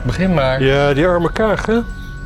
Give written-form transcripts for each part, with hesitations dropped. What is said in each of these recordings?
Begin maar. Ja, die arme Kaag, hè?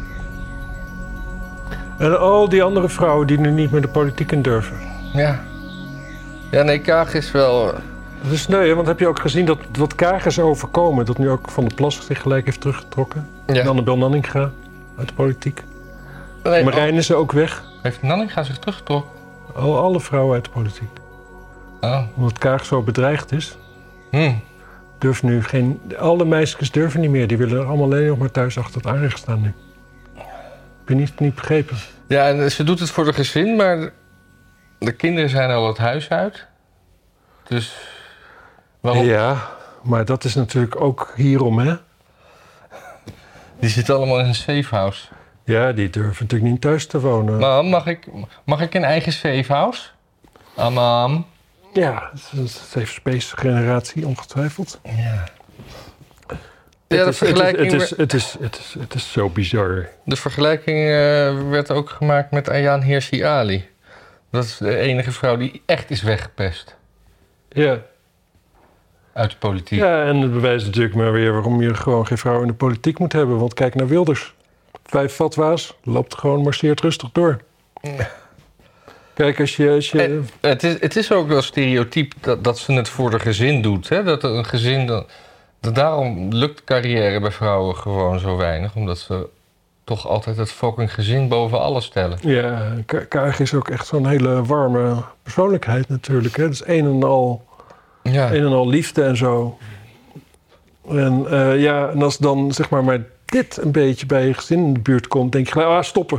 En al die andere vrouwen die nu niet meer de politiek in durven. Ja. Ja, nee, Kaag is wel... Dat is sneu, hè? Want heb je ook gezien dat wat Kaag is overkomen... dat nu ook Van der Plas zich gelijk heeft teruggetrokken? Ja. En Annabel Nanninga uit de politiek. Nee, Marijn is ook weg. Heeft Nanninga zich teruggetrokken? Alle vrouwen uit de politiek. Oh. Omdat Kaag zo bedreigd is... durven nu geen... Alle meisjes durven niet meer. Die willen er allemaal alleen nog maar thuis achter het aanrecht staan nu. Heb je niet begrepen? Ja, en ze doet het voor de gezin, maar de kinderen zijn al het huis uit. Dus waarom? Ja, maar dat is natuurlijk ook hierom, hè? Die zitten allemaal in een safehouse. Ja, die durven natuurlijk niet thuis te wonen. Mam, mag ik een eigen safehouse? Mam. Ja, het is een safe space generatie, ongetwijfeld. Ja. Ja, de vergelijking... Het is zo bizar. De vergelijking werd ook gemaakt met Ayaan Hirsi Ali. Dat is de enige vrouw die echt is weggepest. Ja. Uit de politiek. Ja, en het bewijst natuurlijk maar weer waarom je gewoon geen vrouw in de politiek moet hebben. Want kijk naar Wilders. 5 fatwa's, loopt gewoon, marcheert rustig door. Ja. Kijk, als je... Het is ook wel stereotyp dat ze het voor de gezin doet. Hè? Dat een gezin... Daarom lukt carrière bij vrouwen gewoon zo weinig. Omdat ze toch altijd het fucking gezin boven alles stellen. Ja, Kaag is ook echt zo'n hele warme persoonlijkheid natuurlijk. Hè? Dat is een en al liefde en zo. En en als dan zeg maar dit een beetje bij je gezin in de buurt komt... denk je gelijk,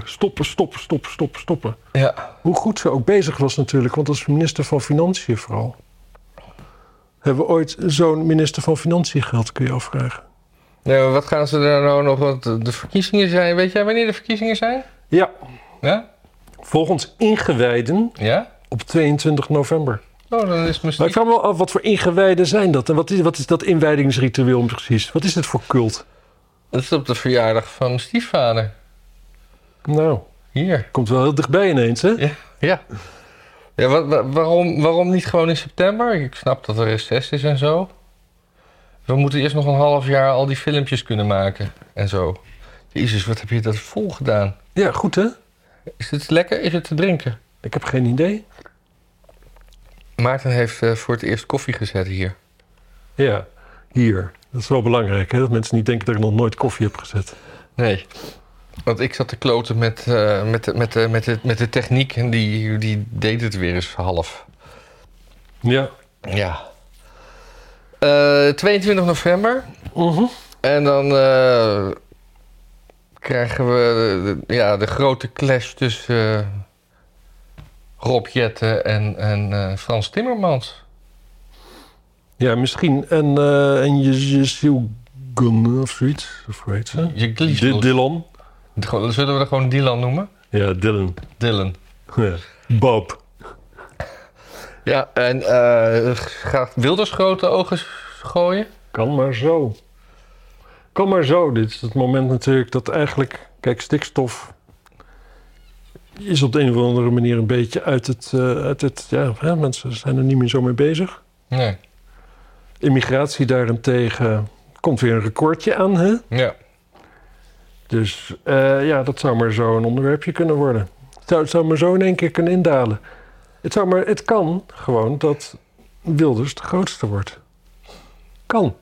stoppen. Ja. Hoe goed ze ook bezig was natuurlijk. Want als minister van Financiën vooral... Hebben we ooit zo'n minister van Financiën gehad, kun je afvragen. Nee, maar wat gaan ze daar nou nog... Want de verkiezingen zijn... Weet jij wanneer de verkiezingen zijn? Ja. Ja? Volgens ingewijden op 22 november. Oh, dan is het misschien... Maar ik vraag me wel af, wat voor ingewijden zijn dat? En wat is dat inwijdingsritueel precies? Wat is dit voor cult? Dat is op de verjaardag van mijn stiefvader. Nou, hier. Komt wel heel dichtbij ineens, hè? Ja. Ja, waarom niet gewoon in september? Ik snap dat er reces is en zo. We moeten eerst nog een half jaar al die filmpjes kunnen maken en zo. Jezus, wat heb je dat vol gedaan? Ja, goed hè? Is het lekker? Is het te drinken? Ik heb geen idee. Maarten heeft voor het eerst koffie gezet hier. Ja, hier. Dat is wel belangrijk, hè? Dat mensen niet denken dat ik nog nooit koffie heb gezet. Nee. Want ik zat te kloten met de techniek en die deed het weer eens half. Ja. Ja. 22 november. En dan krijgen we de grote clash tussen Rob Jetten en Frans Timmermans. Ja, misschien. En Jezil Gun of zoiets. Of hoe heet ze? Dylan. Zullen we er gewoon Dylan noemen? Ja, Dylan. Ja. Bob. Ja, en gaat Wilders grote ogen gooien? Kan maar zo. Dit is het moment natuurlijk dat eigenlijk... Kijk, stikstof is op de een of andere manier een beetje uit het mensen zijn er niet meer zo mee bezig. Nee. Immigratie daarentegen komt weer een recordje aan, hè? Ja. Dus dat zou maar zo een onderwerpje kunnen worden. Het zou maar zo in één keer kunnen indalen. Het kan gewoon dat Wilders de grootste wordt. Kan.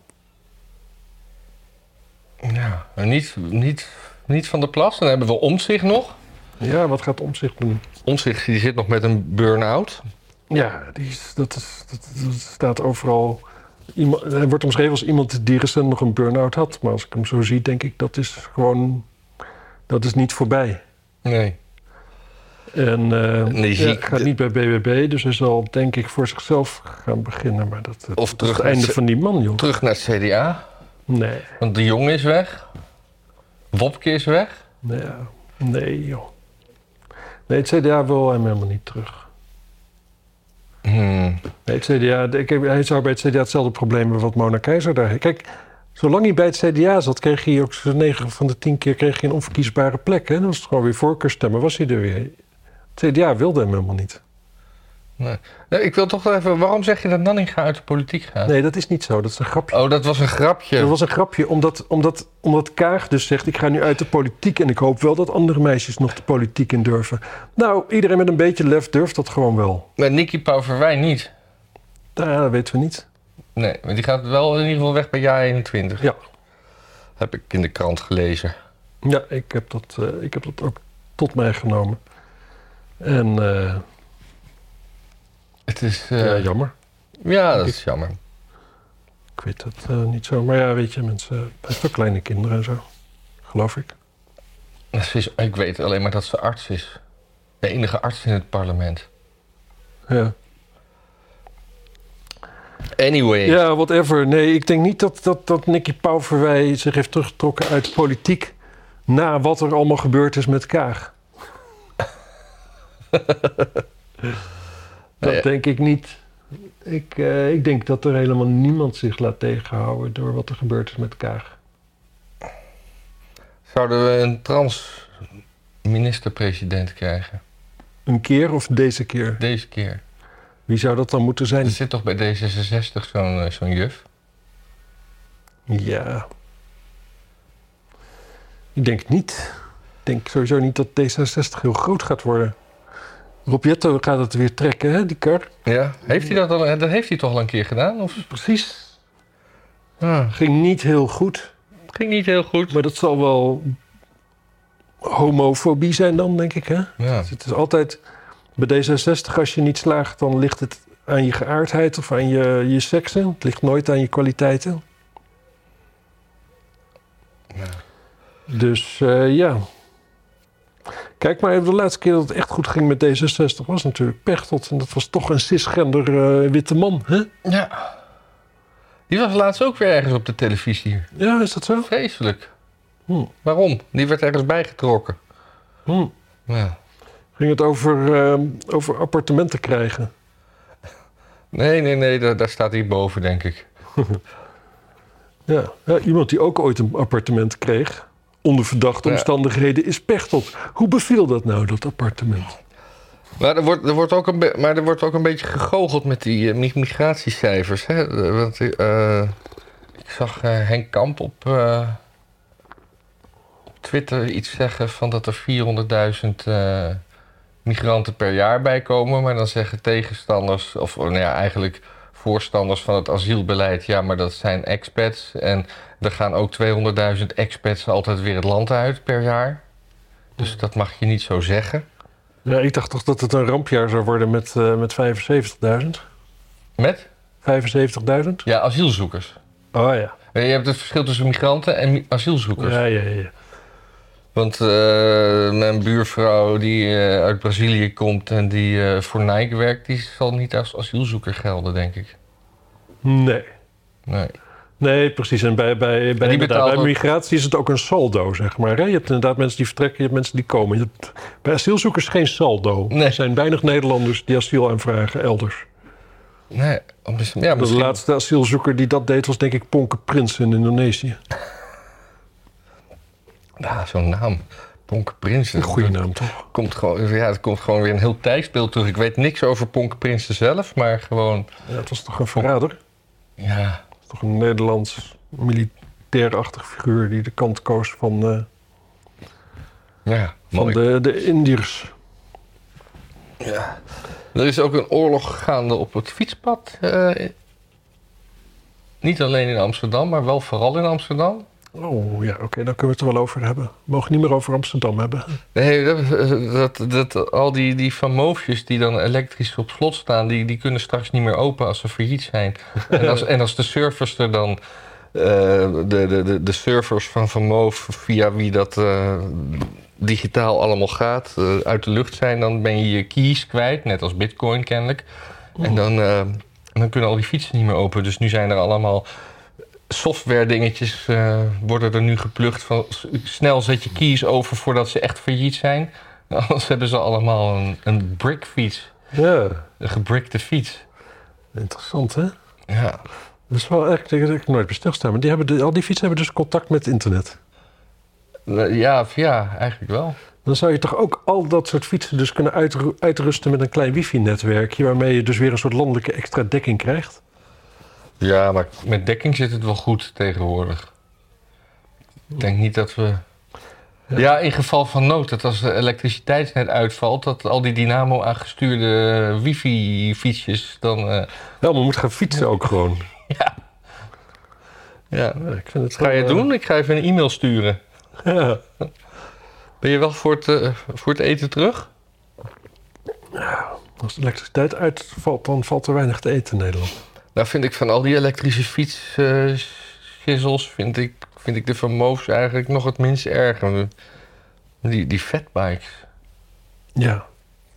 Ja, maar niet Van der Plas. Dan hebben we Omtzigt nog. Ja, wat gaat Omtzigt doen? Omtzigt die zit nog met een burn-out. Ja, dat staat overal... Hij wordt omschreven als iemand die recent nog een burn-out had. Maar als ik hem zo zie, denk ik, dat is niet voorbij. Nee. En hij gaat niet bij BBB, dus hij zal denk ik voor zichzelf gaan beginnen. Maar dat is het einde van die man, joh. Terug naar het CDA? Nee. Want De Jong is weg. Wopke is weg. Ja, nee, joh. Nee, het CDA wil hem helemaal niet terug. Nee, het CDA, hij zou bij het CDA hetzelfde probleem hebben wat Mona Keizer daar heeft. Kijk, zolang hij bij het CDA zat, kreeg hij ook 9 van de 10 keer een onverkiesbare plek. Hè? Dan was het gewoon weer voorkeurstemmen, was hij er weer. Het CDA wilde hem helemaal niet. Nee. Nee, ik wil toch even... Waarom zeg je dat Nanninga uit de politiek gaat? Nee, dat is niet zo. Dat is een grapje. Oh, dat was een grapje. Dat was een grapje, omdat Kaag dus zegt... ik ga nu uit de politiek en ik hoop wel dat andere meisjes nog de politiek in durven. Nou, iedereen met een beetje lef durft dat gewoon wel. Maar Nicky Pauverwijn niet. Dat weten we niet. Nee, maar die gaat wel in ieder geval weg bij jaar 21. Ja. Heb ik in de krant gelezen. Ja, ik heb dat ook tot mij genomen. En Het is... jammer. Ja, dat is jammer. Ik weet het niet zo. Maar ja, weet je, mensen... Hij heeft ook kleine kinderen en zo. Geloof ik. Ik weet alleen maar dat ze arts is. De enige arts in het parlement. Ja. Anyway. Ja, whatever. Nee, ik denk niet dat Nicky Pauverwij zich heeft teruggetrokken uit de politiek... na wat er allemaal gebeurd is met Kaag. Dat denk ik niet. Ik denk dat er helemaal niemand zich laat tegenhouden... door wat er gebeurd is met Kaag. Zouden we een trans minister-president krijgen? Een keer of deze keer? Deze keer. Wie zou dat dan moeten zijn? Er zit toch bij D66 zo'n juf? Ja. Ik denk het niet. Ik denk sowieso niet dat D66 heel groot gaat worden. Rob Jetto gaat het weer trekken, hè, die kar. Ja, heeft hij dat heeft hij toch al een keer gedaan? Of? Precies. Ging niet heel goed. Ging niet heel goed. Maar dat zal wel homofobie zijn dan, denk ik, hè? Ja. Dus het is altijd... Bij D66, als je niet slaagt, dan ligt het aan je geaardheid of aan je seksen. Het ligt nooit aan je kwaliteiten. Ja. Dus ja. Kijk maar, de laatste keer dat het echt goed ging met D66 was natuurlijk Pechtold. En dat was toch een cisgender witte man, hè? Ja. Die was laatst ook weer ergens op de televisie. Ja, is dat zo? Vreselijk. Waarom? Die werd ergens bijgetrokken. Ja. Ging het over appartementen krijgen? Nee, daar staat hij boven, denk ik. Ja, iemand die ook ooit een appartement kreeg... onder verdachte omstandigheden is Pechtold. Hoe beviel dat nou, dat appartement? Maar er wordt ook een beetje gegoocheld met die migratiecijfers. Hè? Want ik zag Henk Kamp op Twitter iets zeggen... van dat er 400.000 migranten per jaar bijkomen. Maar dan zeggen tegenstanders, of eigenlijk voorstanders van het asielbeleid... ja, maar dat zijn expats. En er gaan ook 200.000 expats altijd weer het land uit per jaar. Dus dat mag je niet zo zeggen. Ja, ik dacht toch dat het een rampjaar zou worden met 75.000. Met? 75.000? Ja, asielzoekers. Oh ja. Je hebt het verschil tussen migranten en asielzoekers. Ja. Want mijn buurvrouw die uit Brazilië komt en die voor Nike werkt... die zal niet als asielzoeker gelden, denk ik. Nee, precies. En bij migratie is het ook een saldo, zeg maar. Hè? Je hebt inderdaad mensen die vertrekken, je hebt mensen die komen. Bij asielzoekers geen saldo. Nee. Er zijn weinig Nederlanders die asiel aanvragen elders. Nee, misschien... De laatste asielzoeker die dat deed was denk ik Ponke Prins in Indonesië. Ja, zo'n naam. Ponke Prins. Een goede naam, toch? Het komt gewoon weer een heel tijdsbeeld terug. Ik weet niks over Ponke Prins zelf, maar gewoon... Ja, het was toch een verrader? Ja. Toch een Nederlands militairachtig figuur die de kant koos van de Indiërs. Ja. Er is ook een oorlog gaande op het fietspad. Niet alleen in Amsterdam, maar wel vooral in Amsterdam. Oh ja, oké, dan kunnen we het er wel over hebben. We mogen niet meer over Amsterdam hebben. Nee, al die Van Moofjes die dan elektrisch op slot staan... die kunnen straks niet meer open als ze failliet zijn. en als de servers er dan... de servers van Moof, via wie dat digitaal allemaal gaat... uit de lucht zijn, dan ben je je keys kwijt. Net als Bitcoin kennelijk. En dan kunnen al die fietsen niet meer open. Dus nu zijn er allemaal... software dingetjes worden er nu geplukt van... snel zet je keys over voordat ze echt failliet zijn. Anders hebben ze allemaal een brickfiets. Ja. Een gebrickte fiets. Interessant, hè? Ja. Dat is wel echt, dat ik nooit bij stilstaan. Maar al die fietsen hebben dus contact met internet. Ja, eigenlijk wel. Dan zou je toch ook al dat soort fietsen dus kunnen uitrusten met een klein wifi-netwerkje, waarmee je dus weer een soort landelijke extra dekking krijgt? Ja, maar met dekking zit het wel goed tegenwoordig. Ik denk niet dat we... Ja, in geval van nood, dat als de elektriciteitsnet uitvalt, dat al die dynamo aangestuurde wifi-fietsjes dan... Ja, maar we moeten gaan fietsen ook gewoon. Ja. Ja. Ik vind het Ga je het doen? Ik ga even een e-mail sturen. Ja. Ben je wel voor het eten terug? Als de elektriciteit uitvalt, dan valt er weinig te eten in Nederland. Nou vind ik van al die elektrische fietsgissels, vind ik de Van Moofs eigenlijk nog het minst erg. Die fatbikes. Ja.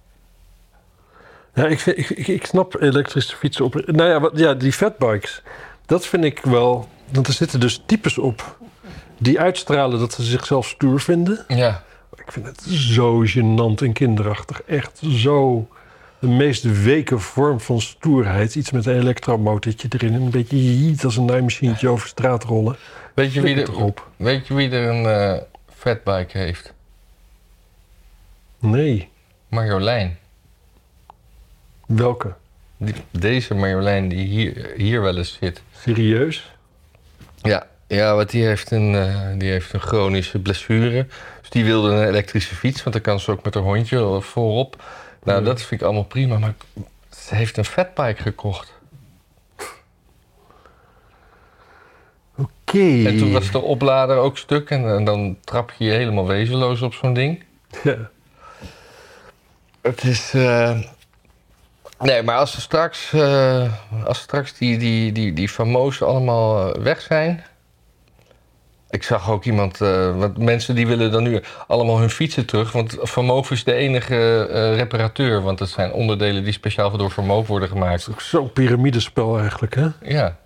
Ja, ik snap elektrische fietsen op... Nou ja, die fatbikes, dat vind ik wel... Want er zitten dus types op die uitstralen dat ze zichzelf stoer vinden. Ja. Ik vind het zo gênant en kinderachtig. Echt zo de meest weke vorm van stoerheid. Iets met een elektromotortje erin. Een beetje jiet als een naaimachientje over straat rollen. Weet je wie er een fatbike heeft? Nee. Marjolein. Welke? Deze Marjolein die hier wel eens zit. Serieus? Ja, want die heeft een chronische blessure. Dus die wilde een elektrische fiets, want dan kan ze ook met haar hondje voorop. Nou, dat vind ik allemaal prima, maar ze heeft een fatbike gekocht. Oké. En toen was de oplader ook stuk en dan trap je helemaal wezenloos op zo'n ding. Ja. Het is... Nee, maar als straks die famosen allemaal weg zijn... Ik zag ook iemand... want mensen die willen dan nu allemaal hun fietsen terug. Want Van Moof is de enige reparateur. Want dat zijn onderdelen die speciaal door Van Moof worden gemaakt. Dat is ook zo'n piramidespel eigenlijk, hè? Ja.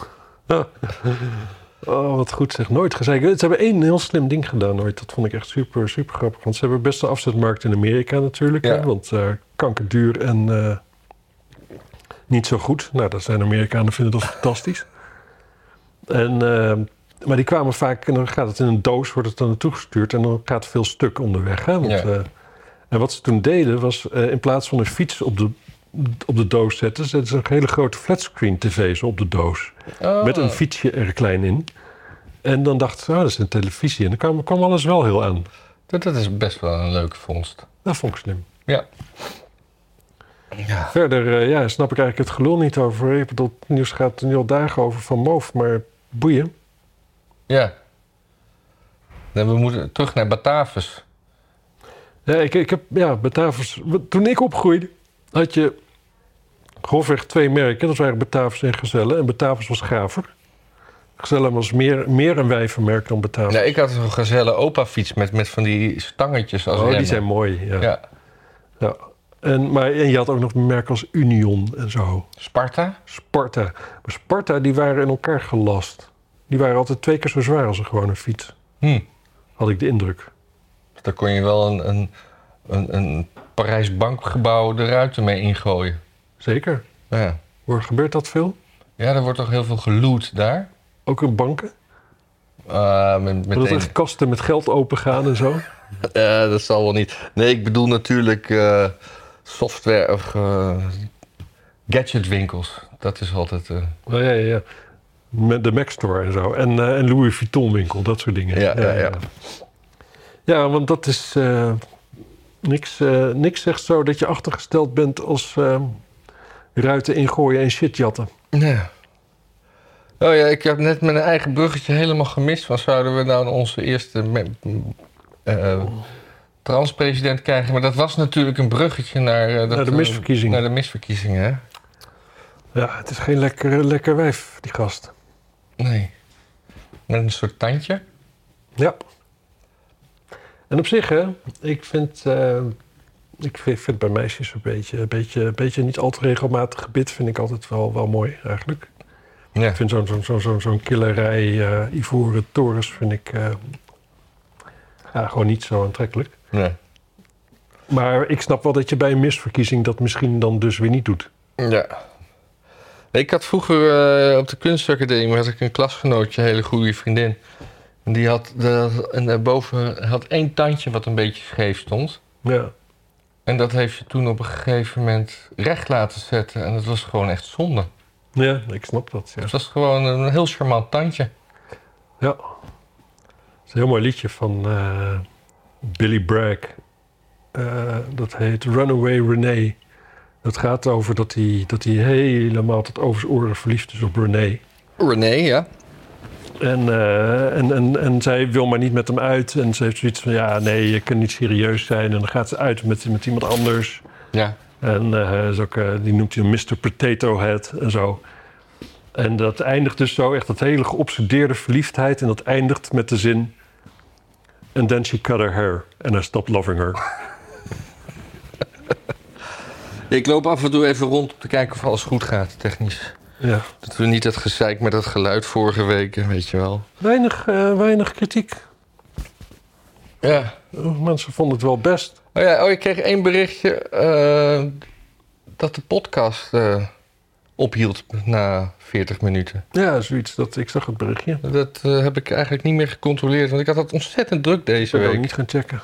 Oh, wat goed zeg. Nooit gezegd. Ze hebben één heel slim ding gedaan nooit. Dat vond ik echt super, super grappig. Want ze hebben best een afzetmarkt in Amerika natuurlijk. Ja. Hè? Want kankerduur en niet zo goed. Nou, dat zijn Amerikanen vinden dat fantastisch. Maar die kwamen vaak... En dan gaat het in een doos, wordt het dan naartoe gestuurd. En dan gaat veel stuk onderweg. Hè? Want, en wat ze toen deden was... in plaats van een fiets op de doos zetten ze een hele grote flatscreen tv's op de doos. Oh. Met een fietsje er klein in. En dan dachten ze, dat is een televisie. En dan kwam alles wel heel aan. Dat is best wel een leuke vondst. Dat vond ik slim. Ja. Verder snap ik eigenlijk het gelul niet over. Ik bedoel, het nieuws gaat er nu al dagen over Van Moof, maar boeien. Ja. Dan we moeten terug naar Batavus. Ja, ik heb Batavus... Toen ik opgroeide, had je grofweg 2 merken. Dat waren Batavus en Gezelle. En Batavus was gaver. Gezelle was meer een wijvenmerk dan Batavus. Ja, ik had een Gezelle opa-fiets met van die stangetjes als remmen. Die zijn mooi, ja. Ja. En je had ook nog merken als Union en zo. Sparta? Sparta. Maar Sparta, die waren in elkaar gelast. Die waren altijd 2 keer zo zwaar als een gewone fiets. Had ik de indruk. Dus daar kon je wel een Parijs bankgebouw de ruiten mee ingooien. Zeker. Ja. Gebeurt dat veel? Ja, er wordt toch heel veel geloot daar? Ook in banken? Dat er echt kasten met geld opengaan en zo? Dat zal wel niet. Nee, ik bedoel natuurlijk software of gadgetwinkels. Dat is altijd... Ja. Met de Mac Store en zo. En Louis Vuitton winkel, dat soort dingen. Ja. Ja, want dat is... niks zegt zo dat je achtergesteld bent als ruiten ingooien en shit jatten. Ja. Oh ja, ik heb net mijn eigen bruggetje helemaal gemist. Van zouden we nou onze eerste transpresident krijgen? Maar dat was natuurlijk een bruggetje naar de misverkiezingen. Naar de misverkiezingen, hè? Ja, het is geen lekker wijf, die gast. Nee. Met een soort tandje. Ja. En op zich, hè, ik vind bij meisjes een beetje niet al te regelmatig gebit vind ik altijd wel mooi, eigenlijk. Ja. Ik vind zo'n killerij ivoren torens vind ik gewoon niet zo aantrekkelijk. Nee. Maar ik snap wel dat je bij een misverkiezing dat misschien dan dus weer niet doet. Ja. Ik had vroeger op de kunstacademie had ik een klasgenootje, een hele goede vriendin. En die had, en daarboven had 1 tandje wat een beetje scheef stond. Ja. En dat heeft je toen op een gegeven moment recht laten zetten. En dat was gewoon echt zonde. Ja, ik snap dat. Ja. Het was gewoon een heel charmant tandje. Ja. Dat is een heel mooi liedje van Billy Bragg. Dat heet Runaway Renee. Dat gaat over dat hij helemaal tot over zijn oren verliefd is op Renee. Renee, ja. En zij wil maar niet met hem uit. En ze heeft zoiets van, ja, nee, je kunt niet serieus zijn. En dan gaat ze uit met iemand anders. Ja. En is ook, die noemt hij Mr. Potato Head en zo. En dat eindigt dus zo, echt dat hele geobsedeerde verliefdheid. En dat eindigt met de zin... And then she cut her hair. And I stopped loving her. Ik loop af en toe even rond om te kijken of alles goed gaat, technisch. Ja. Dat we niet dat gezeik met dat geluid vorige week, weet je wel. Weinig kritiek. Ja. Mensen vonden het wel best. Ik kreeg 1 berichtje dat de podcast ophield na 40 minuten. Ja, zoiets. Ik zag het berichtje. Dat heb ik eigenlijk niet meer gecontroleerd, want ik had het ontzettend druk deze week. Ik ben niet gaan checken.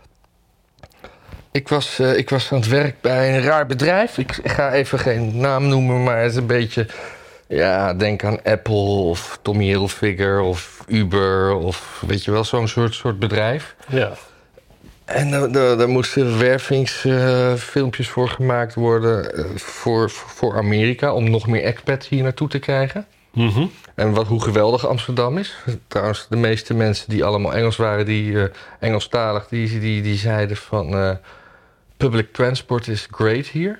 Ik was aan het werk bij een raar bedrijf. Ik ga even geen naam noemen, maar het is een beetje... Ja, denk aan Apple of Tommy Hilfiger of Uber of weet je wel, zo'n soort bedrijf. Ja. En daar moesten wervingsfilmpjes voor gemaakt worden voor Amerika... om nog meer expats hier naartoe te krijgen. Mm-hmm. En hoe geweldig Amsterdam is. Trouwens, de meeste mensen die allemaal Engels waren, Engelstalig... die zeiden van... public transport is great hier.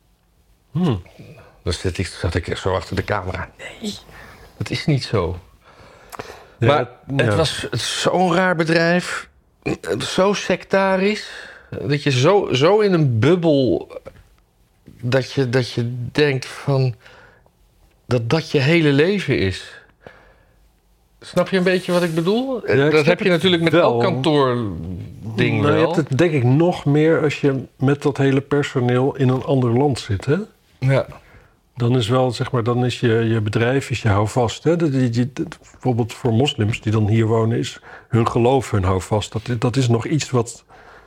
Dus zat ik zo achter de camera. Nee, dat is niet zo. Ja, maar het was zo'n raar bedrijf. Zo sectarisch. Dat je zo in een bubbel... Dat je denkt van... Dat je hele leven is. Snap je een beetje wat ik bedoel? Ja, dat heb je natuurlijk met elk kantoording wel. Je hebt het denk ik nog meer als je met dat hele personeel in een ander land zit, hè? Ja. Dan is wel, zeg maar, dan is je bedrijf is je houvast. Hè? Bijvoorbeeld voor moslims die dan hier wonen, is hun geloof hun houvast. Dat is nog iets wat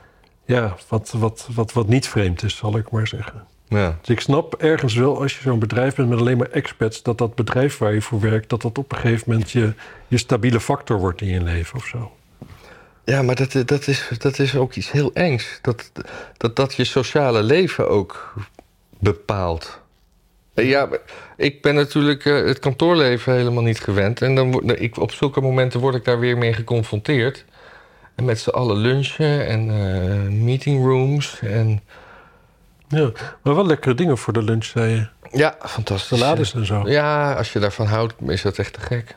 niet vreemd is, zal ik maar zeggen. Ja. Dus ik snap ergens wel, als je zo'n bedrijf bent met alleen maar expats, dat bedrijf waar je voor werkt, dat op een gegeven moment je stabiele factor wordt in je leven of zo. Ja, maar dat is ook iets heel engs. Dat je sociale leven ook bepaalt. Ja, ik ben natuurlijk het kantoorleven helemaal niet gewend. En op zulke momenten word ik daar weer mee geconfronteerd. En met z'n allen lunchen en meetingrooms en... Ja, maar wel lekkere dingen voor de lunch, zei je. Ja, fantastisch. Salades en zo. Ja, als je daarvan houdt, is dat echt te gek.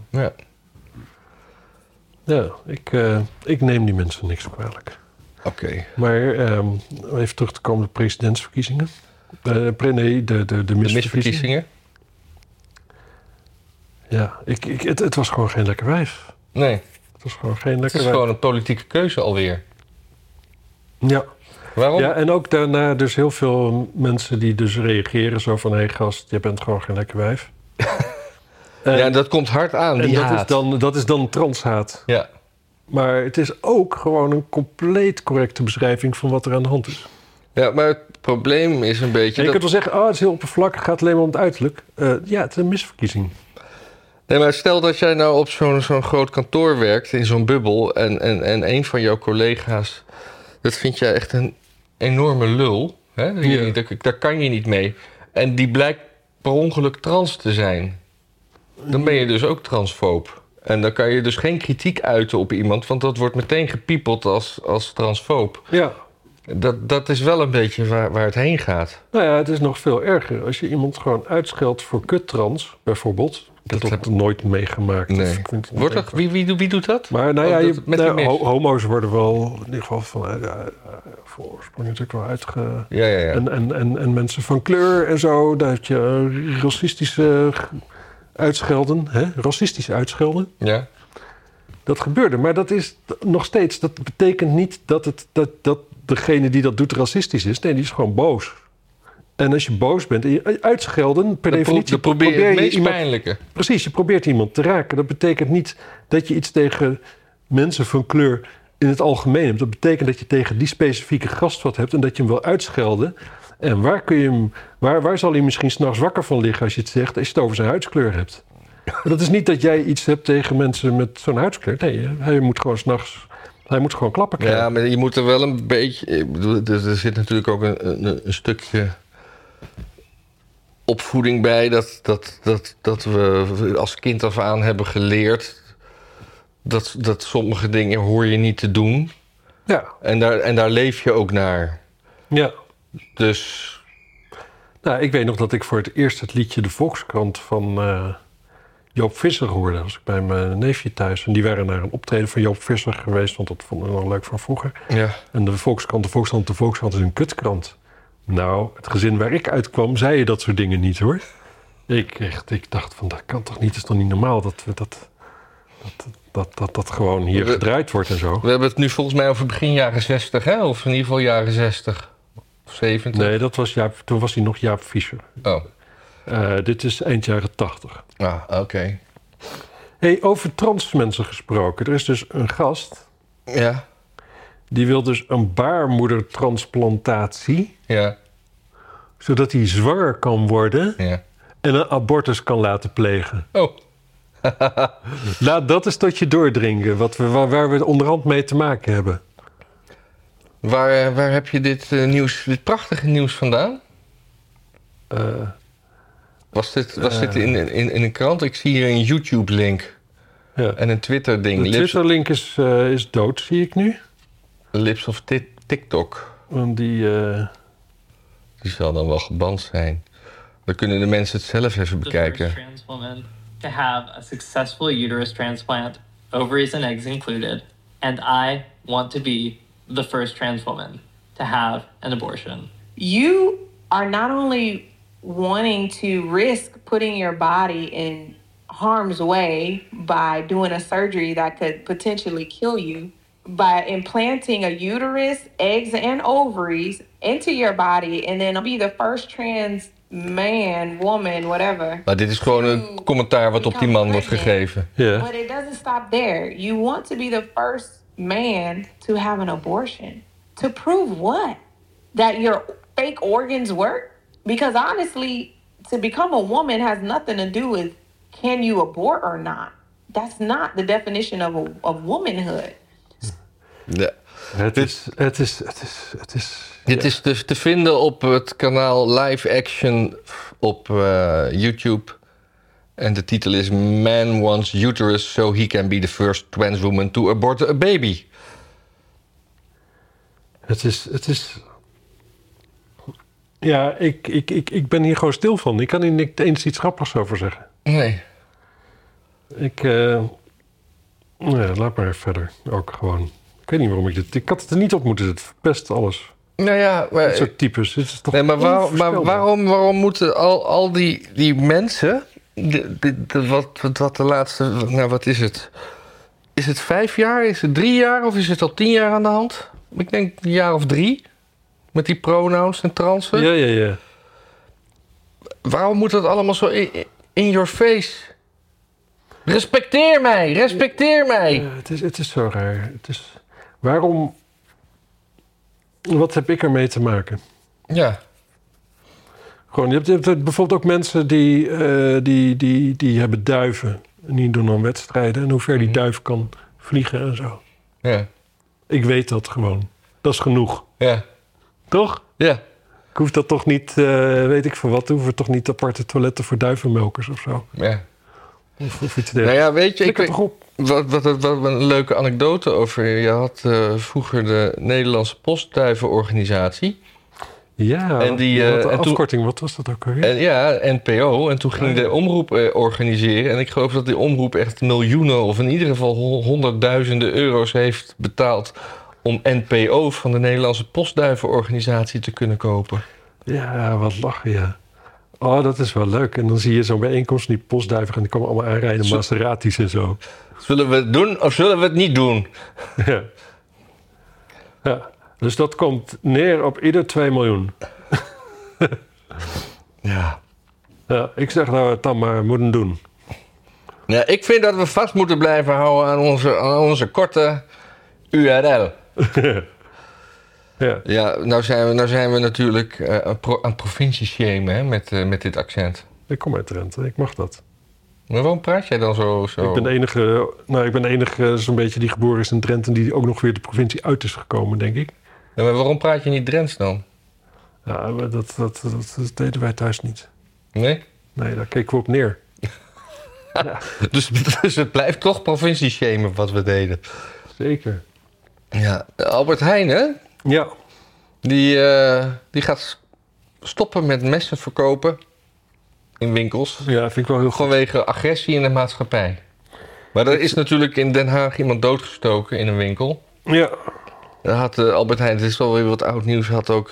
Ja, ik neem die mensen niks kwalijk. Oké. Maar even terug te komen op de presidentsverkiezingen. De misverkiezingen. Ja, het was gewoon geen lekker wijf. Nee. Het was gewoon geen lekker wijf. Het is gewoon een politieke keuze alweer. Ja. Waarom? Ja, en ook daarna dus heel veel mensen die dus reageren zo van... hé gast, je bent gewoon geen lekker wijf. Ja, dat komt hard aan, die haat. Dat is dan transhaat. Ja. Maar het is ook gewoon een compleet correcte beschrijving van wat er aan de hand is. Ja, maar het probleem is een beetje... Je kunt wel zeggen, het is heel oppervlakkig, gaat alleen maar om het uiterlijk. Ja, het is een misverkiezing. Nee, maar stel dat jij nou op zo'n groot kantoor werkt, in zo'n bubbel... en een van jouw collega's, dat vind jij echt een enorme lul. Hè? Ja. Daar kan je niet mee. En die blijkt per ongeluk trans te zijn. Dan ben je dus ook transfoob. En dan kan je dus geen kritiek uiten op iemand... want dat wordt meteen gepiepeld als transfoob. Ja. Dat is wel een beetje waar het heen gaat. Nou ja, het is nog veel erger. Als je iemand gewoon uitscheldt voor kuttrans, bijvoorbeeld... Dat heb ik nooit meegemaakt. Nee. Wordt dat, wie doet dat? Maar nou ja, homo's worden wel in ieder geval van voor oorsprong natuurlijk wel Ja. En mensen van kleur en zo, daar heb je racistische uitschelden. Hè? Racistisch uitschelden. Ja. Dat gebeurde, maar dat is nog steeds... Dat betekent niet dat degene die dat doet racistisch is. Nee, die is gewoon boos. En als je boos bent, en je uitschelden, per definitie... Dan probeer je het meest pijnlijke. Precies, je probeert iemand te raken. Dat betekent niet dat je iets tegen mensen van kleur in het algemeen hebt. Dat betekent dat je tegen die specifieke gast wat hebt en dat je hem wil uitschelden. En waar zal hij misschien 's nachts wakker van liggen als je het zegt, als je het over zijn huidskleur hebt? Dat is niet dat jij iets hebt tegen mensen met zo'n huidskleur. Nee, hij moet gewoon 's nachts... Hij moet gewoon klappen krijgen. Ja, maar je moet er wel een beetje... Ik bedoel, er zit natuurlijk ook een stukje opvoeding bij... dat we als kind af aan hebben geleerd... dat sommige dingen hoor je niet te doen. Ja. En daar leef je ook naar. Ja. Dus... Nou, ik weet nog dat ik voor het eerst het liedje De Volkskrant van Joop Visser hoorde. Dat was ik bij mijn neefje thuis. En die waren naar een optreden van Joop Visser geweest, want dat vonden we nog leuk van vroeger. Ja. En de Volkskrant is een kutkrant. Nou, het gezin waar ik uitkwam, zei je dat soort dingen niet, hoor. Ik dacht van, dat kan toch niet, het is toch niet normaal dat gewoon hier gedraaid wordt en zo. We hebben het nu volgens mij over begin jaren 60, hè? Of in ieder geval jaren 60. 70? Nee, toen was hij nog Jaap Visser. Oh. Dit is eind jaren 80. Ah, oké. Hey, over trans mensen gesproken. Er is dus een gast... Ja. Die wil dus een baarmoedertransplantatie. Ja. Zodat hij zwanger kan worden... Ja. En een abortus kan laten plegen. Oh. Laat dat eens tot je doordringen. Waar we onderhand mee te maken hebben. Waar heb je dit prachtige nieuws vandaan? Was dit in een krant? Ik zie hier een YouTube-link. Ja. En een Twitter-ding. De Twitter-link is dood, zie ik nu. Lips of TikTok. Die zal dan wel geband zijn. Dan kunnen de mensen het zelf even bekijken. The first trans woman to have a successful uterus transplant, ovaries and eggs included. And I want to be the first trans woman to have an abortion. You are not only wanting to risk putting your body in harm's way by doing a surgery that could potentially kill you, by implanting a uterus, eggs, and ovaries into your body, and then be the first trans man, woman, whatever. Maar dit is gewoon een commentaar wat op die man wordt gegeven. Yeah. But it doesn't stop there. You want to be the first man to have an abortion. To prove what? That your fake organs work? Because honestly, to become a woman has nothing to do with can you abort or not. That's not the definition of womanhood. Ja. Dit is dus te vinden op het kanaal Live Action op YouTube. En de titel is Man Wants Uterus So He Can Be The First Trans Woman To Abort A Baby. Het is... Ja, ik ben hier gewoon stil van. Ik kan hier niet eens iets grappigs over zeggen. Nee. Laat maar verder. Ook gewoon. Ik weet niet waarom ik dit... Ik had het er niet op moeten zetten. Verpest alles. Nou ja, maar... Dat soort types. Het is toch nee, maar waarom moeten al die mensen... Wat de laatste... Nou, wat is het? Is het 5 jaar? Is het 3 jaar? Of is het al 10 jaar aan de hand? Ik denk een jaar of 3. Met die pronouns en transen. Ja. Waarom moet dat allemaal zo in your face? Respecteer mij! Respecteer mij! Het is zo raar. Waarom... Wat heb ik ermee te maken? Ja. Gewoon, je hebt bijvoorbeeld ook mensen die hebben duiven. En die doen dan wedstrijden. En hoe ver die duif kan vliegen en zo. Ja. Ik weet dat gewoon. Dat is genoeg. Ja. Toch? Ja. Ik hoef dat toch niet, weet ik veel wat. Hoeven toch niet aparte toiletten voor duivenmelkers of zo. Ja. Of iets dergelijks. Nou ja, weet je, ik weet toch op. Wat een leuke anekdote over. Je had vroeger de Nederlandse Postduivenorganisatie. Ja, en de afkorting, wat was dat ook alweer? En, ja, NPO. En toen ging de omroep organiseren. En ik geloof dat die omroep echt miljoenen... of in ieder geval honderdduizenden euro's heeft betaald... om NPO van de Nederlandse Postduivenorganisatie te kunnen kopen. Ja, wat lachen, ja. Oh, dat is wel leuk. En dan zie je zo'n bijeenkomst die postduiven... en die komen allemaal aanrijden, Maseratis en zo. Zullen we het doen of zullen we het niet doen? Ja. Dus dat komt neer op ieder 2 miljoen. Ja. Ja, ik zeg dat we het dan maar moeten doen. Ja, ik vind dat we vast moeten blijven houden aan onze korte URL. Ja. Ja, nou zijn we natuurlijk aan provincie-shamen, hè, met dit accent. Ik kom uit Drenthe, ik mag dat. Maar waarom praat jij dan zo? Ik ben de enige zo'n beetje die geboren is in Drenthe... die ook nog weer de provincie uit is gekomen, denk ik. Ja, maar waarom praat je niet Drents dan? Ja, maar dat deden wij thuis niet. Nee? Nee, daar keken we op neer. Ja. Dus het blijft toch provincie-shamen wat we deden. Zeker. Ja, Albert Heijn, hè? Ja. Die gaat stoppen met messen verkopen in winkels. Ja, vind ik wel heel goed. Vanwege agressie in de maatschappij. Maar er is natuurlijk in Den Haag iemand doodgestoken in een winkel. Ja. Daar had Albert Heijn, dit is wel weer wat oud nieuws,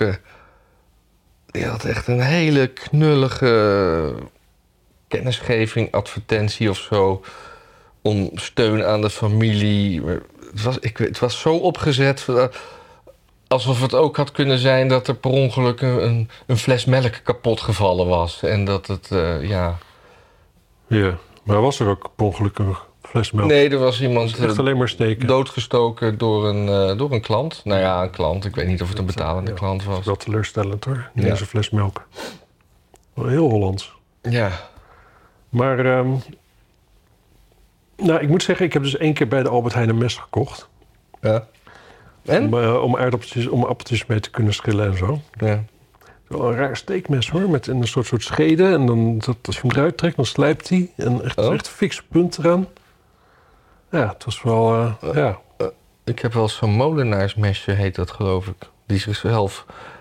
die had echt een hele knullige kennisgeving, advertentie of zo. Om steun aan de familie. Het was zo opgezet alsof het ook had kunnen zijn dat er per ongeluk een fles melk kapot gevallen was. En dat het, Ja, maar was er ook per ongeluk een fles melk? Nee, er was iemand echt alleen maar steken. Doodgestoken door een klant. Nou ja, een klant. Ik weet niet of het een betalende klant was. Dat is wel teleurstellend hoor. Ja. Deze fles melk. Wel heel Hollands. Ja. Maar, nou, ik moet zeggen, ik heb dus 1 keer bij de Albert Heijn een mes gekocht. Ja. En? Om appeltjes mee te kunnen schillen en zo. Ja. Wel een raar steekmes hoor, met een soort schede. En dan, als je hem eruit trekt, dan slijpt hij. En echt een fikse punt eraan. Ja, het was wel, ja. Ik heb wel zo'n molenaarsmesje, heet dat geloof ik. Die zichzelf...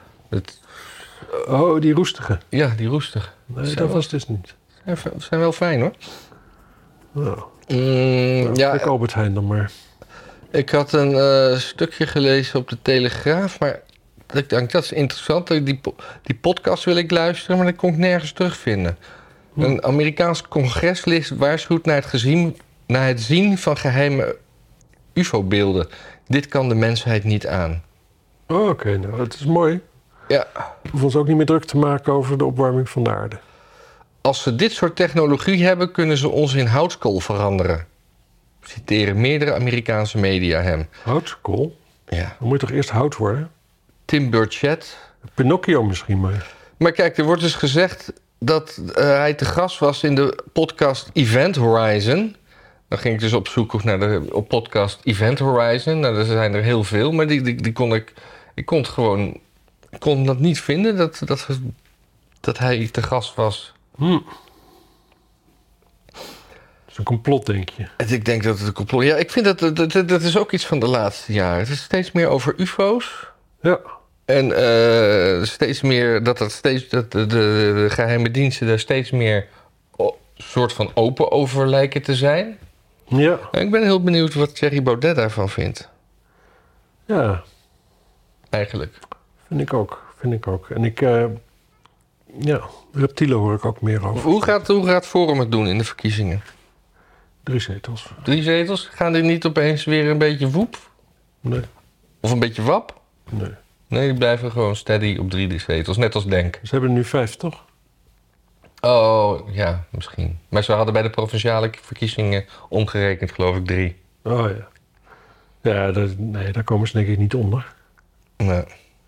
Oh, die roestige. Ja, die roestige. Nee, dat was het dus niet. Zijn wel fijn hoor. Nou, ja, ik Albert Heijn dan maar. Ik had een stukje gelezen op de Telegraaf, maar ik denk dat is interessant. Die podcast wil ik luisteren, maar dat kon ik nergens terugvinden. Een Amerikaans congreslid waarschuwt naar het zien van geheime UFO-beelden. Dit kan de mensheid niet aan. Oh, oké, nou, dat is mooi. Ja. We hoeven ons ook niet meer druk te maken over de opwarming van de aarde. Als ze dit soort technologie hebben, kunnen ze ons in houtskool veranderen. Citeren meerdere Amerikaanse media hem. Houtskool? Ja. Dan moet je toch eerst hout worden? Tim Burchett. Pinocchio misschien maar. Maar kijk, er wordt dus gezegd dat hij te gast was in de podcast Event Horizon. Dan ging ik dus op zoek naar de podcast Event Horizon. Nou, er zijn er heel veel, maar die kon ik kon het gewoon... Ik kon dat niet vinden, dat hij te gast was. Dat is een complot, denk je? Ik denk dat het een complot... Ja, ik vind dat is ook iets van de laatste jaren. Het is steeds meer over ufo's. Ja. En steeds meer dat de geheime diensten daar steeds meer soort van open over lijken te zijn. Ja. En ik ben heel benieuwd wat Thierry Baudet daarvan vindt. Ja. Eigenlijk. Vind ik ook. En ja, reptielen hoor ik ook meer over. Hoe gaat Forum het doen in de verkiezingen? 3 zetels. 3 zetels? Gaan die niet opeens weer een beetje woep? Nee. Of een beetje wap? Nee. Nee, die blijven gewoon steady op 3 zetels. Net als Denk. Ze hebben er nu 5, toch? Oh, ja, misschien. Maar ze hadden bij de provinciale verkiezingen omgerekend, geloof ik, 3. Oh ja. Ja, daar komen ze denk ik niet onder. Nee.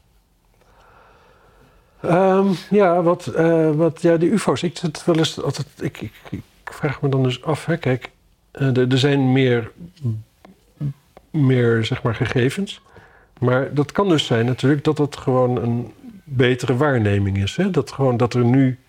Ja, die ufo's. Ik zit wel eens altijd... Ik vraag me dan dus af, hè. Kijk, er zijn meer, zeg maar, gegevens. Maar dat kan dus zijn natuurlijk dat het gewoon een betere waarneming is. Hè? Dat er nu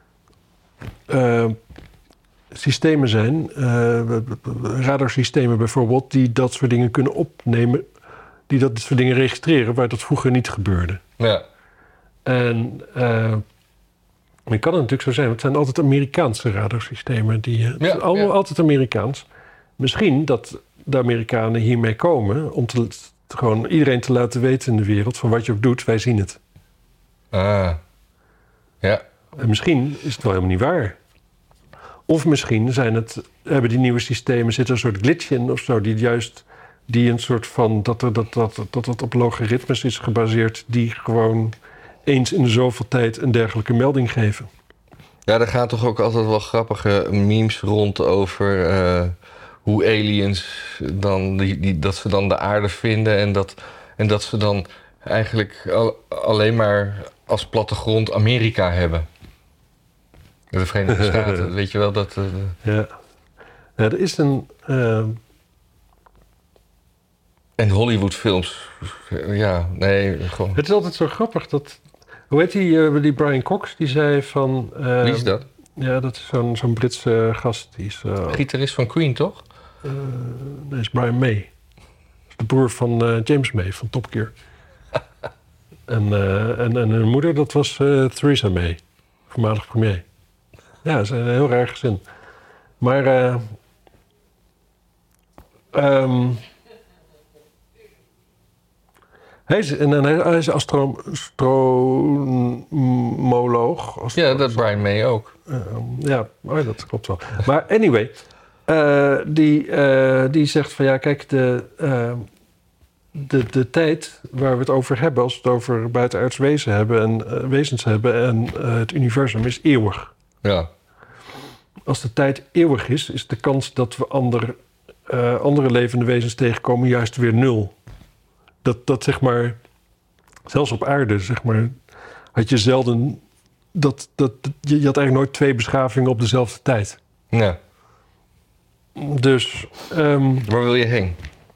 systemen zijn, radarsystemen bijvoorbeeld, die dat soort dingen kunnen opnemen, die dat soort dingen registreren, waar dat vroeger niet gebeurde. Ja. En het kan natuurlijk zo zijn, want het zijn altijd Amerikaanse radarsystemen. Altijd Amerikaans. Misschien dat de Amerikanen hiermee komen om gewoon iedereen te laten weten in de wereld van wat je ook doet, wij zien het. Ah. Ja. En misschien is het wel helemaal niet waar. Of misschien hebben die nieuwe systemen, zit er een soort glitch in of zo, die een soort van, dat het op logaritmes is gebaseerd, die gewoon eens in de zoveel tijd een dergelijke melding geven. Ja, er gaan toch ook altijd wel grappige memes rond over hoe aliens dan dat ze dan de aarde vinden en dat ze dan eigenlijk alleen maar als plattegrond Amerika hebben. De Verenigde Staten, weet je wel dat. Ja, er is een. En Hollywoodfilms, ja, nee, gewoon. Het is altijd zo grappig dat. Hoe heet die Brian Cox? Die zei van... Wie is dat? Ja, dat is zo'n Britse gast. Die is... gitarist van Queen, toch? Dat is Brian May. Dat is de broer van James May van Top Gear. en hun moeder, dat was Theresa May. Voormalig premier. Ja, dat is een heel raar gezin. Maar... Hij is astromoloog. Ja, dat Brian May ook. Ja, dat klopt wel. Maar anyway, die zegt van ja, kijk, de tijd waar we het over hebben, als we het over buitenaards wezens hebben en het universum is eeuwig. Ja. Als de tijd eeuwig is de kans dat we andere levende wezens tegenkomen juist weer 0. Dat zeg maar, zelfs op aarde, zeg maar, had je zelden... Je had eigenlijk nooit 2 beschavingen op dezelfde tijd. Ja. Dus... waar wil je heen?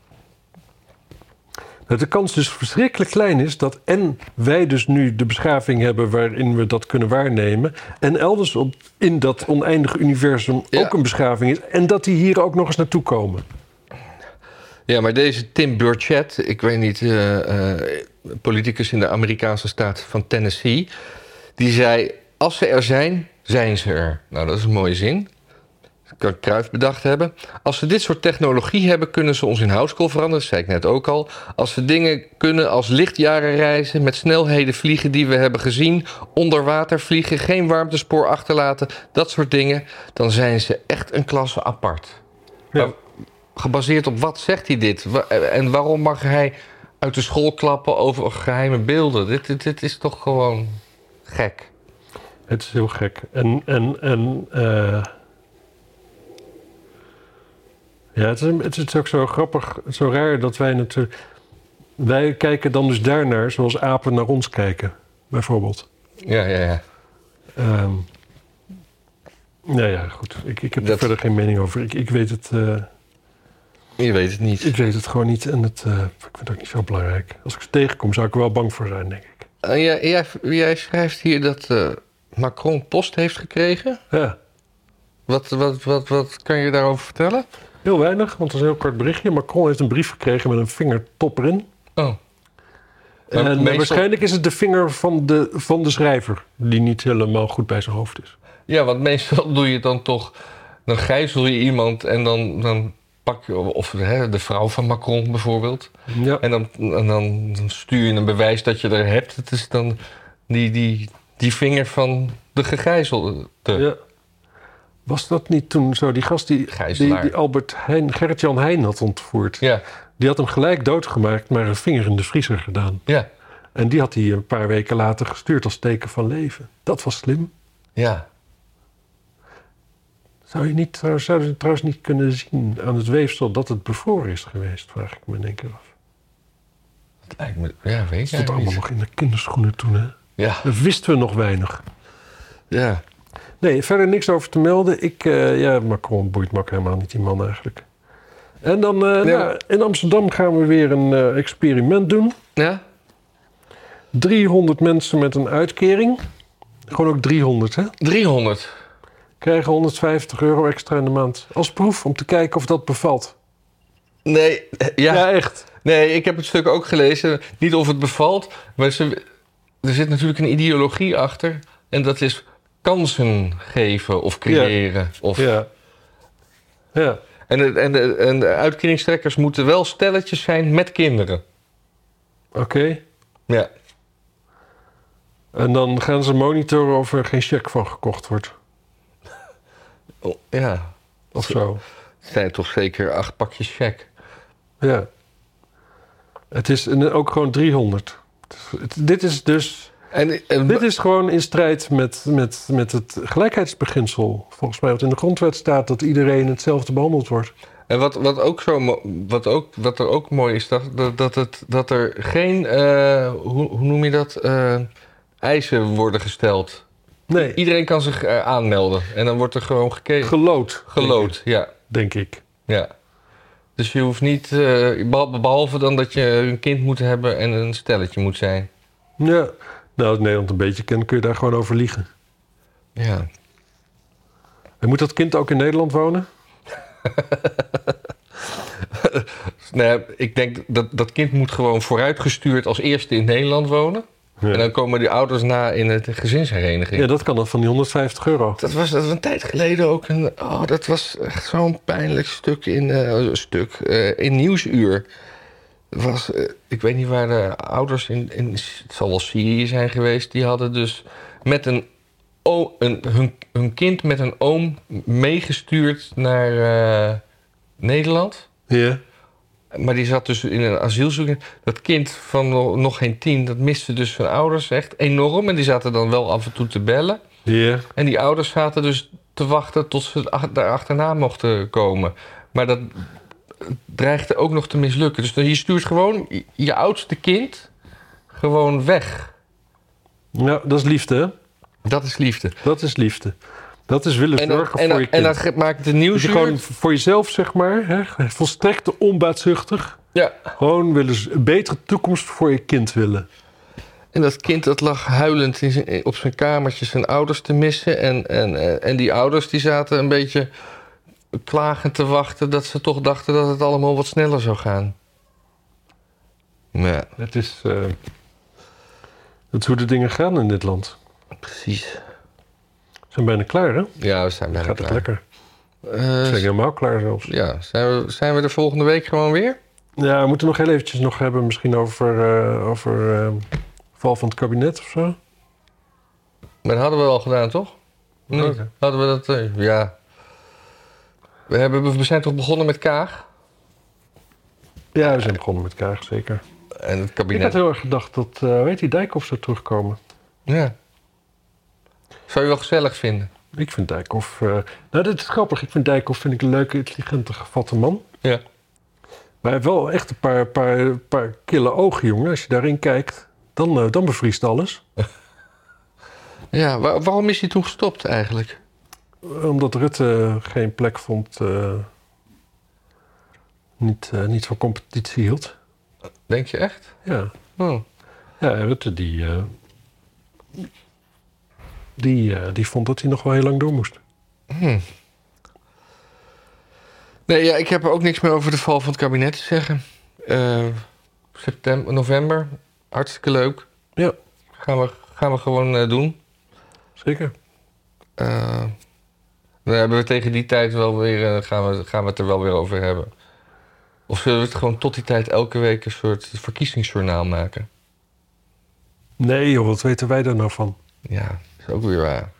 De kans dus verschrikkelijk klein is dat en wij dus nu de beschaving hebben waarin we dat kunnen waarnemen, en elders in dat oneindige universum ook een beschaving is, en dat die hier ook nog eens naartoe komen. Ja, maar deze Tim Burchett, ik weet niet, politicus in de Amerikaanse staat van Tennessee, die zei, als ze er zijn, zijn ze er. Nou, dat is een mooie zin. Dat kan Cruyff bedacht hebben. Als ze dit soort technologie hebben, kunnen ze ons in houtskool veranderen. Dat zei ik net ook al. Als ze dingen kunnen als lichtjaren reizen, met snelheden vliegen die we hebben gezien, onder water vliegen, geen warmtespoor achterlaten, dat soort dingen, dan zijn ze echt een klasse apart. Ja. Maar gebaseerd op wat zegt hij dit? En waarom mag hij uit de school klappen over geheime beelden? Dit is toch gewoon gek. Het is heel gek. Ja, het is ook zo grappig, zo raar dat wij natuurlijk... Wij kijken dan dus daarnaar zoals apen naar ons kijken, bijvoorbeeld. Ja. Nou ja, goed. Ik heb er verder geen mening over. Ik weet het... Je weet het niet. Ik weet het gewoon niet en ik vind het ook niet zo belangrijk. Als ik ze tegenkom, zou ik er wel bang voor zijn, denk ik. Jij schrijft hier dat Macron post heeft gekregen? Ja. Wat kan je daarover vertellen? Heel weinig, want het is een heel kort berichtje. Macron heeft een brief gekregen met een vingertop erin. Oh. En waarschijnlijk is het de vinger van de schrijver, die niet helemaal goed bij zijn hoofd is. Ja, want meestal doe je het dan toch... Dan gijzel je iemand en dan pak je... Of de vrouw van Macron bijvoorbeeld. Ja. En dan stuur je een bewijs dat je er hebt. Het is dan die vinger van de gegijzelde. Ja. Was dat niet toen zo die gast die Albert Heijn, Gerrit-Jan Heijn had ontvoerd? Ja. Die had hem gelijk doodgemaakt, maar een vinger in de vriezer gedaan. Ja. En die had hij een paar weken later gestuurd als teken van leven. Dat was slim. Ja. Zou je trouwens niet kunnen zien aan het weefsel dat het bevroren is geweest, vraag ik me in één keer af. Dat lijkt me, ja, weet ik. Het stond allemaal nog in de kinderschoenen toen, hè? Ja. Dat wisten we nog weinig. Ja. Nee, verder niks over te melden. Macron boeit me ook helemaal niet, die man eigenlijk. En dan in Amsterdam gaan we weer een experiment doen. Ja? 300 mensen met een uitkering. Gewoon ook 300, hè? 300? Krijgen €150 extra in de maand. Als proef om te kijken of dat bevalt. Nee, ja echt. Nee, ik heb het stuk ook gelezen. Niet of het bevalt, maar er zit natuurlijk een ideologie achter. En dat is kansen geven of creëren. Ja. Ja. En de uitkeringstrekkers moeten wel stelletjes zijn met kinderen. Oké. Ja. En dan gaan ze monitoren of er geen cheque van gekocht wordt. Ja. Of zo. Het zijn toch zeker 8 pakjes cheque. Ja. Het is ook gewoon 300. Dit is dus Dit is gewoon in strijd met het gelijkheidsbeginsel. Volgens mij wat in de grondwet staat dat iedereen hetzelfde behandeld wordt. En wat er ook mooi is, dat er geen, hoe noem je dat, eisen worden gesteld. Nee. Iedereen kan zich aanmelden en dan wordt er gewoon gekeken. Gelood, ja. Denk ik. Ja. Dus je hoeft niet, behalve dan dat je een kind moet hebben en een stelletje moet zijn. Ja, nou als Nederland een beetje kent, kun je daar gewoon over liegen. Ja. En moet dat kind ook in Nederland wonen? Nee, ik denk dat kind moet gewoon vooruitgestuurd als eerste in Nederland wonen. Ja. En dan komen die ouders na in de gezinshereniging. Ja, dat kan dan van die €150. Dat was een tijd geleden ook dat was echt zo'n pijnlijk stuk in Nieuwsuur. Het was, ik weet niet waar de ouders het zal wel Syrië zijn geweest, die hadden dus met hun kind met een oom meegestuurd naar Nederland. Ja. Maar die zat dus in een asielzoeking. Dat kind van nog geen 10, dat miste dus zijn ouders echt enorm. En die zaten dan wel af en toe te bellen. Ja. En die ouders zaten dus te wachten tot ze daar achterna mochten komen. Maar dat dreigde ook nog te mislukken. Dus je stuurt gewoon je oudste kind gewoon weg. Ja, dat is liefde, hè? Dat is liefde. Dat is liefde. Dat is willen zorgen voor je kind. En dat maakt de Nieuwsuur... Dat je gewoon voor jezelf, zeg maar, hè, volstrekt onbaatzuchtig. Ja. Gewoon willen een betere toekomst voor je kind willen. En dat kind dat lag huilend op zijn kamertje zijn ouders te missen. En die ouders die zaten een beetje klagend te wachten... dat ze toch dachten dat het allemaal wat sneller zou gaan. Ja. Het is hoe de dingen gaan in dit land. Precies. We zijn bijna klaar, hè? Ja, we zijn bijna Gaat klaar. het lekker. We zijn helemaal klaar zelfs. Ja, zijn we de volgende week gewoon weer? Ja, we moeten nog heel eventjes nog hebben misschien over val van het kabinet of zo. Maar dat hadden we al gedaan, toch? Nee, Okay. hadden we dat... ja. We zijn toch begonnen met Kaag? Ja, we zijn begonnen met Kaag, zeker. En het Ik kabinet... had heel erg gedacht dat, weet je, Dijkhoff zou terugkomen. Ja. Zou je wel gezellig vinden? Ik vind Dijkhoff... nou, dit is grappig. Ik vind Dijkhoff een leuke, intelligente, gevatte man. Ja. Maar hij heeft wel echt een paar kille ogen, jongen. Als je daarin kijkt, dan bevriest alles. Ja, waarom is hij toen gestopt eigenlijk? Omdat Rutte geen plek vond... niet van competitie hield. Denk je echt? Ja. Oh. Ja, Rutte die vond dat hij nog wel heel lang door moest. Nee, ja, ik heb er ook niks meer over de val van het kabinet te zeggen. November, hartstikke leuk. Ja. Gaan we gewoon doen. Zeker. Dan hebben we tegen die tijd wel weer... gaan we het er wel weer over hebben. Of zullen we het gewoon tot die tijd elke week een soort verkiezingsjournaal maken? Nee joh, wat weten wij daar nou van? Ja, is ook weer waar.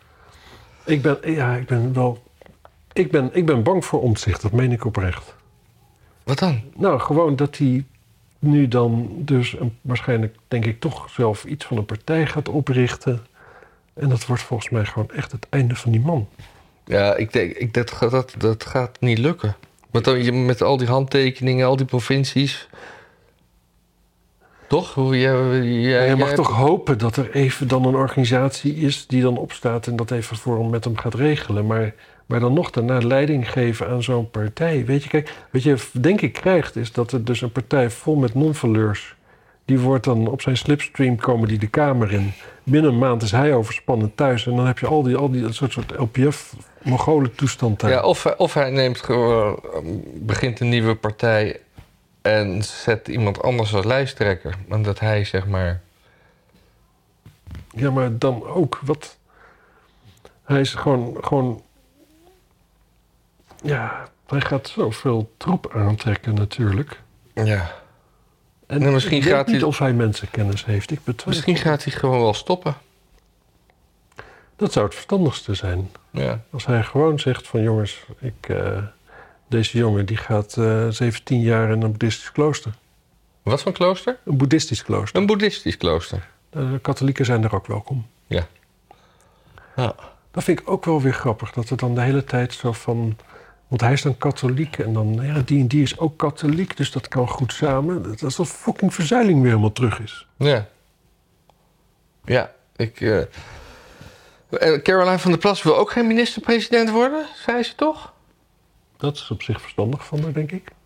Ik ben bang voor Omtzigt, dat meen ik oprecht. Wat dan? Nou, gewoon dat hij nu dan dus waarschijnlijk, denk ik, toch zelf iets van een partij gaat oprichten. En dat wordt volgens mij gewoon echt het einde van die man. Ja, ik denk dat gaat niet lukken. Want dan, met al die handtekeningen, al die provincies. Toch? Je mag toch hopen dat er even dan een organisatie is die dan opstaat en dat even voor hem met hem gaat regelen. Maar dan nog daarna leiding geven aan zo'n partij. Weet je, kijk, wat je denk ik krijgt is dat er dus een partij vol met non-valeurs. Die wordt dan op zijn slipstream komen die de Kamer in. Binnen een maand is hij overspannen thuis. En dan heb je al die soort LPF-Mongolen toestand daar. Ja, of hij neemt gewoon, begint een nieuwe partij en zet iemand anders als lijsttrekker. En dat hij, zeg maar... Ja, maar dan ook, wat... Hij is gewoon... Ja, hij gaat zoveel troep aantrekken natuurlijk. Ja. En misschien ik weet niet of hij mensenkennis heeft. Misschien gaat hij gewoon wel stoppen. Dat zou het verstandigste zijn. Ja. Als hij gewoon zegt van jongens, deze jongen die gaat 17 jaar in een boeddhistisch klooster. Wat voor klooster? Een boeddhistisch klooster. Een boeddhistisch klooster. De katholieken zijn er ook welkom. Ja. Dat vind ik ook wel weer grappig. Dat er dan de hele tijd zo van... Want hij is dan katholiek en dan... Ja, die en die is ook katholiek, dus dat kan goed samen. Dat is alsof fucking verzuiling weer helemaal terug is. Ja. Ja, Caroline van der Plas wil ook geen minister-president worden, zei ze toch? Dat is op zich verstandig van haar, denk ik.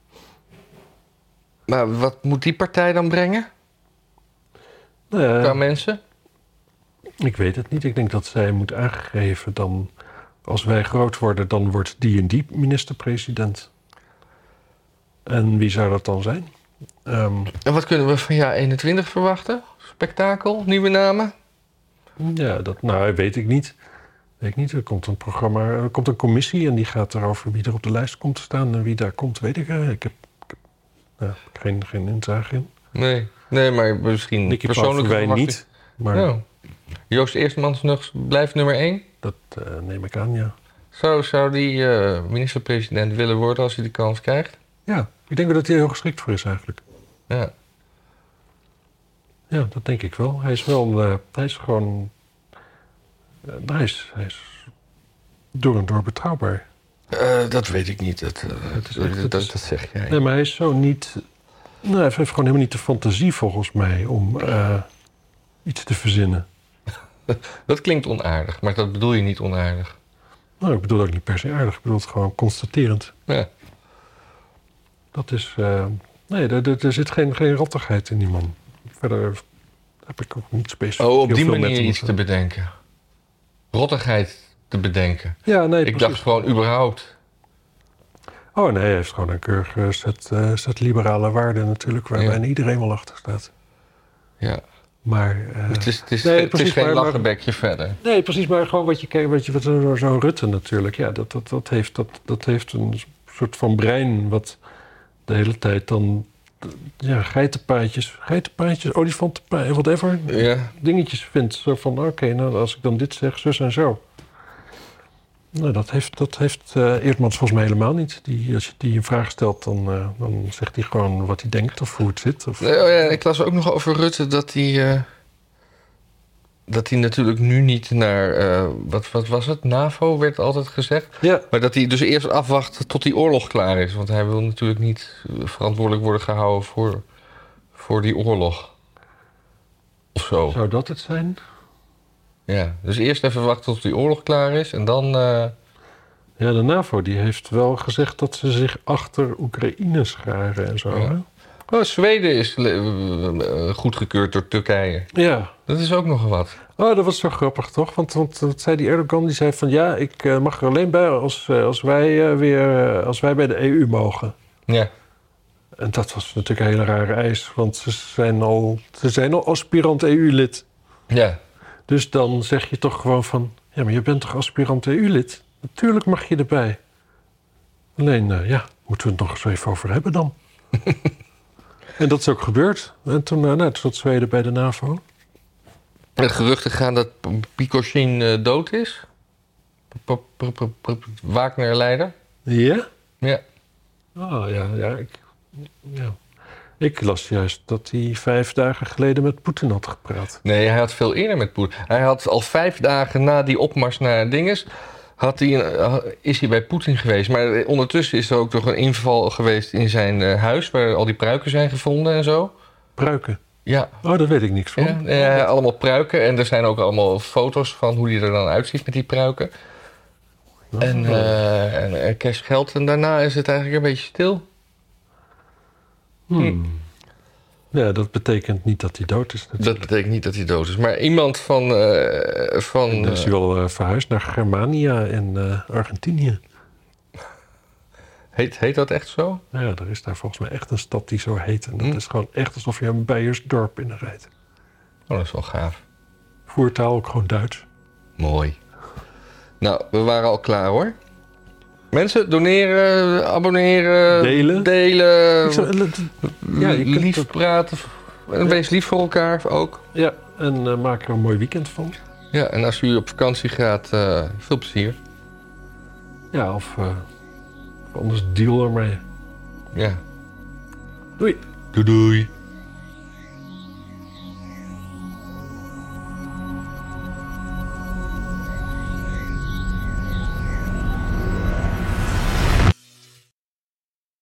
Maar wat moet die partij dan brengen? Qua mensen? Ik weet het niet. Ik denk dat zij moet aangeven dan... Als wij groot worden, dan wordt die en die minister-president. En wie zou dat dan zijn? En wat kunnen we van jaar 21 verwachten? Spektakel, nieuwe namen? Ja, dat weet ik niet. Weet ik niet. Er komt een programma, er komt een commissie en die gaat erover wie er op de lijst komt te staan. En wie daar komt, weet ik. Ik heb geen inzage in. Nee, maar misschien Nicky persoonlijk wij niet. Maar Oh. Joost Eerstmans nog blijft nummer 1? dat neem ik aan, ja. Zou die minister-president willen worden als hij de kans krijgt? Ja, ik denk dat hij er heel geschikt voor is eigenlijk. Ja. Ja, dat denk ik wel. Hij is wel, hij is gewoon... hij is door en door betrouwbaar. Dat weet ik niet. Dat zeg jij. Nee, maar hij is zo niet... hij heeft gewoon helemaal niet de fantasie volgens mij om iets te verzinnen. Dat klinkt onaardig, maar dat bedoel je niet onaardig. Nou, ik bedoel ook niet per se aardig. Ik bedoel het gewoon constaterend. Ja. Dat is... er zit geen rottigheid in die man. Verder heb ik ook niet specifiek Op heel die veel manier met hem. iets te bedenken. Rottigheid te bedenken. Ja, nee, Ik precies. dacht gewoon überhaupt. Oh nee, hij heeft gewoon een keurige set liberale waarden natuurlijk... waar bijna iedereen wel achter staat. Ja. Maar... Het is precies, geen maar- lachenbekje verder. Nee, precies, maar gewoon wat je kijkt, wat zo'n Rutte natuurlijk, ja, dat heeft een soort van brein wat de hele tijd dan, ja, geitenpaadjes, olifantenpaadjes, whatever, Ja. dingetjes vindt. Zo van, oké, nou, als ik dan dit zeg, zus en zo. Nou, dat heeft Eertmans volgens mij helemaal niet. Als je die een vraag stelt, dan zegt hij gewoon wat hij denkt of hoe het zit. Of... Ik las ook nog over Rutte dat hij natuurlijk nu niet naar... wat was het? NAVO werd altijd gezegd. Ja. Maar dat hij dus eerst afwacht tot die oorlog klaar is. Want hij wil natuurlijk niet verantwoordelijk worden gehouden voor die oorlog. Of zo. Zou dat het zijn? Ja, dus eerst even wachten tot die oorlog klaar is en dan... Ja, de NAVO die heeft wel gezegd dat ze zich achter Oekraïne scharen en zo. Ja. Hè? Zweden is goedgekeurd door Turkije. Ja. Dat is ook nog wat. Oh, dat was zo grappig, toch? Want wat zei die Erdogan? Die zei van, ja, ik mag er alleen bij als wij bij de EU mogen. Ja. En dat was natuurlijk een hele rare eis, want ze zijn al aspirant EU-lid. Ja. Dus dan zeg je toch gewoon van, ja, maar je bent toch aspirant EU-lid? Natuurlijk mag je erbij. Alleen, moeten we het nog eens even over hebben dan? En dat is ook gebeurd. En toen zat Zweden bij de NAVO. Het geruchten gaan dat Prigozhin dood is. Wagner-leider. Ja? Ja. Oh, ja. Ik las juist dat hij 5 dagen geleden met Poetin had gepraat. Nee, hij had veel eerder met Poetin. Hij had al 5 dagen na die opmars naar dinges... is hij bij Poetin geweest. Maar ondertussen is er ook nog een inval geweest in zijn huis... waar al die pruiken zijn gevonden en zo. Pruiken? Ja. Oh, daar weet ik niks van. Ja, allemaal pruiken. En er zijn ook allemaal foto's van hoe hij er dan uitziet met die pruiken. Oh. En cash geld. En daarna is het eigenlijk een beetje stil. Ja, dat betekent niet dat hij dood is natuurlijk. Dat betekent niet dat hij dood is. Maar iemand van... En dan is hij wel verhuisd naar Germania en Argentinië. Heet dat echt zo? Ja, er is daar volgens mij echt een stad die zo heet. En dat is gewoon echt alsof je een Beiersdorp binnenrijdt. Oh, dat is wel gaaf. Voertaal ook gewoon Duits. Mooi. Nou, we waren al klaar hoor. Mensen, doneren, abonneren, delen. Je kunt lief ook... praten. En wees lief voor elkaar ook. Ja, en maak er een mooi weekend van. Ja, en als u op vakantie gaat, veel plezier. Ja, of anders deal ermee. Ja. Doei. Doei.